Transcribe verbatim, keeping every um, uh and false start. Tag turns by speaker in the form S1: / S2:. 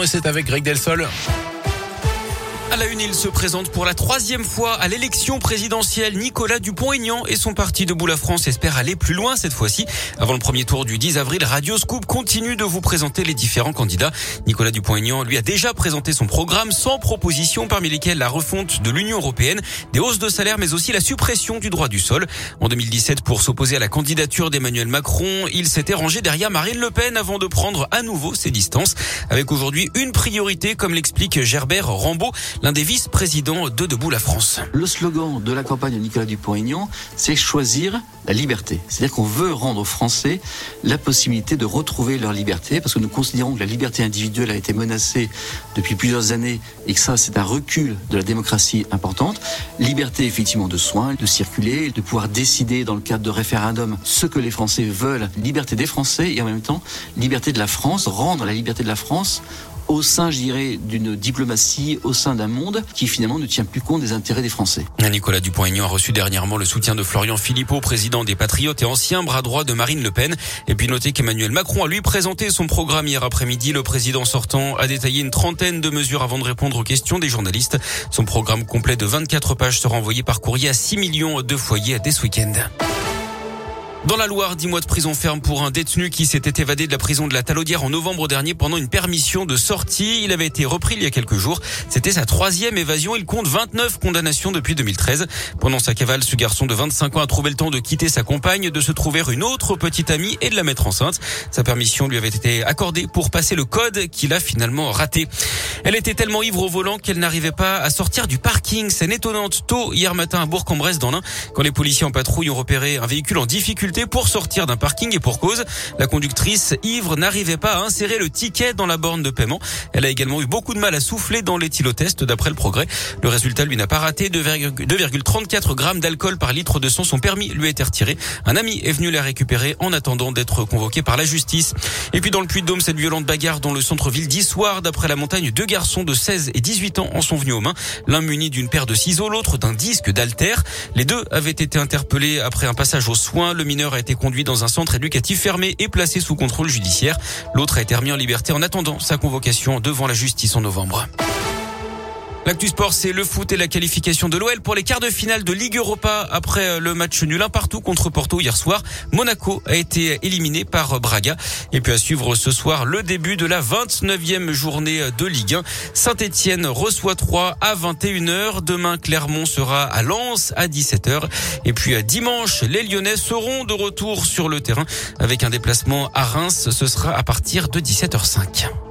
S1: et c'est avec Greg Delsol.
S2: À la une, il se présente pour la troisième fois à l'élection présidentielle. Nicolas Dupont-Aignan et son parti Debout la France espèrent aller plus loin cette fois-ci. Avant le premier tour du dix avril, Radio Scoop continue de vous présenter les différents candidats. Nicolas Dupont-Aignan, lui, a déjà présenté son programme sans propositions, parmi lesquelles la refonte de l'Union européenne, des hausses de salaire, mais aussi la suppression du droit du sol. En deux mille dix-sept, pour s'opposer à la candidature d'Emmanuel Macron, il s'était rangé derrière Marine Le Pen avant de prendre à nouveau ses distances. Avec aujourd'hui une priorité, comme l'explique Gerbert Rambaud, l'un des vice-présidents de Debout la France.
S3: Le slogan de la campagne de Nicolas Dupont-Aignan, c'est choisir la liberté. C'est-à-dire qu'on veut rendre aux Français la possibilité de retrouver leur liberté, parce que nous considérons que la liberté individuelle a été menacée depuis plusieurs années et que ça, c'est un recul de la démocratie importante. Liberté, effectivement, de soins, de circuler, de pouvoir décider dans le cadre de référendum ce que les Français veulent. Liberté des Français et en même temps, liberté de la France, rendre la liberté de la France au sein, je dirais, d'une diplomatie, au sein d'un monde qui finalement ne tient plus compte des intérêts des Français.
S2: Nicolas Dupont-Aignan a reçu dernièrement le soutien de Florian Philippot, président des Patriotes et ancien bras droit de Marine Le Pen. Et puis notez qu'Emmanuel Macron a lui présenté son programme hier après-midi. Le président sortant a détaillé une trentaine de mesures avant de répondre aux questions des journalistes. Son programme complet de vingt-quatre pages sera envoyé par courrier à six millions de foyers dès ce week-end. Dans la Loire, dix mois de prison ferme pour un détenu qui s'était évadé de la prison de la Talaudière en novembre dernier pendant une permission de sortie. Il avait été repris il y a quelques jours. C'était sa troisième évasion. Il compte vingt-neuf condamnations depuis deux mille treize. Pendant sa cavale, ce garçon de vingt-cinq ans a trouvé le temps de quitter sa compagne, de se trouver une autre petite amie et de la mettre enceinte. Sa permission lui avait été accordée pour passer le code qu'il a finalement raté. Elle était tellement ivre au volant qu'elle n'arrivait pas à sortir du parking. Scène étonnante tôt hier matin à Bourg-en-Bresse dans l'Ain, quand les policiers en patrouille ont repéré un véhicule en difficulté pour sortir d'un parking et pour cause. La conductrice ivre n'arrivait pas à insérer le ticket dans la borne de paiement. Elle a également eu beaucoup de mal à souffler dans l'éthylotest d'après le Progrès. Le résultat lui n'a pas raté. deux virgule trente-quatre grammes d'alcool par litre de sang. Son permis lui a été retiré. Un ami est venu la récupérer en attendant d'être convoqué par la justice. Et puis dans le Puy-de-Dôme, cette violente bagarre dans le centre-ville d'Issoire. D'après la montagne, deux garçons de seize et dix-huit ans en sont venus aux mains. L'un muni d'une paire de ciseaux, l'autre d'un disque d'haltère. Les deux avaient été interpellés après un passage aux soins. Le mineur a été conduit dans un centre éducatif fermé et placé sous contrôle judiciaire. L'autre a été remis en liberté en attendant sa convocation devant la justice en novembre. L'actu sport, c'est le foot et la qualification de l'O L pour les quarts de finale de Ligue Europa. Après le match nul un partout contre Porto hier soir, Monaco a été éliminé par Braga. Et puis à suivre ce soir le début de la vingt-neuvième journée de Ligue un. Saint-Etienne reçoit Troyes à vingt et une heures. Demain, Clermont sera à Lens à dix-sept heures. Et puis dimanche, les Lyonnais seront de retour sur le terrain avec un déplacement à Reims. Ce sera à partir de dix-sept heures cinq.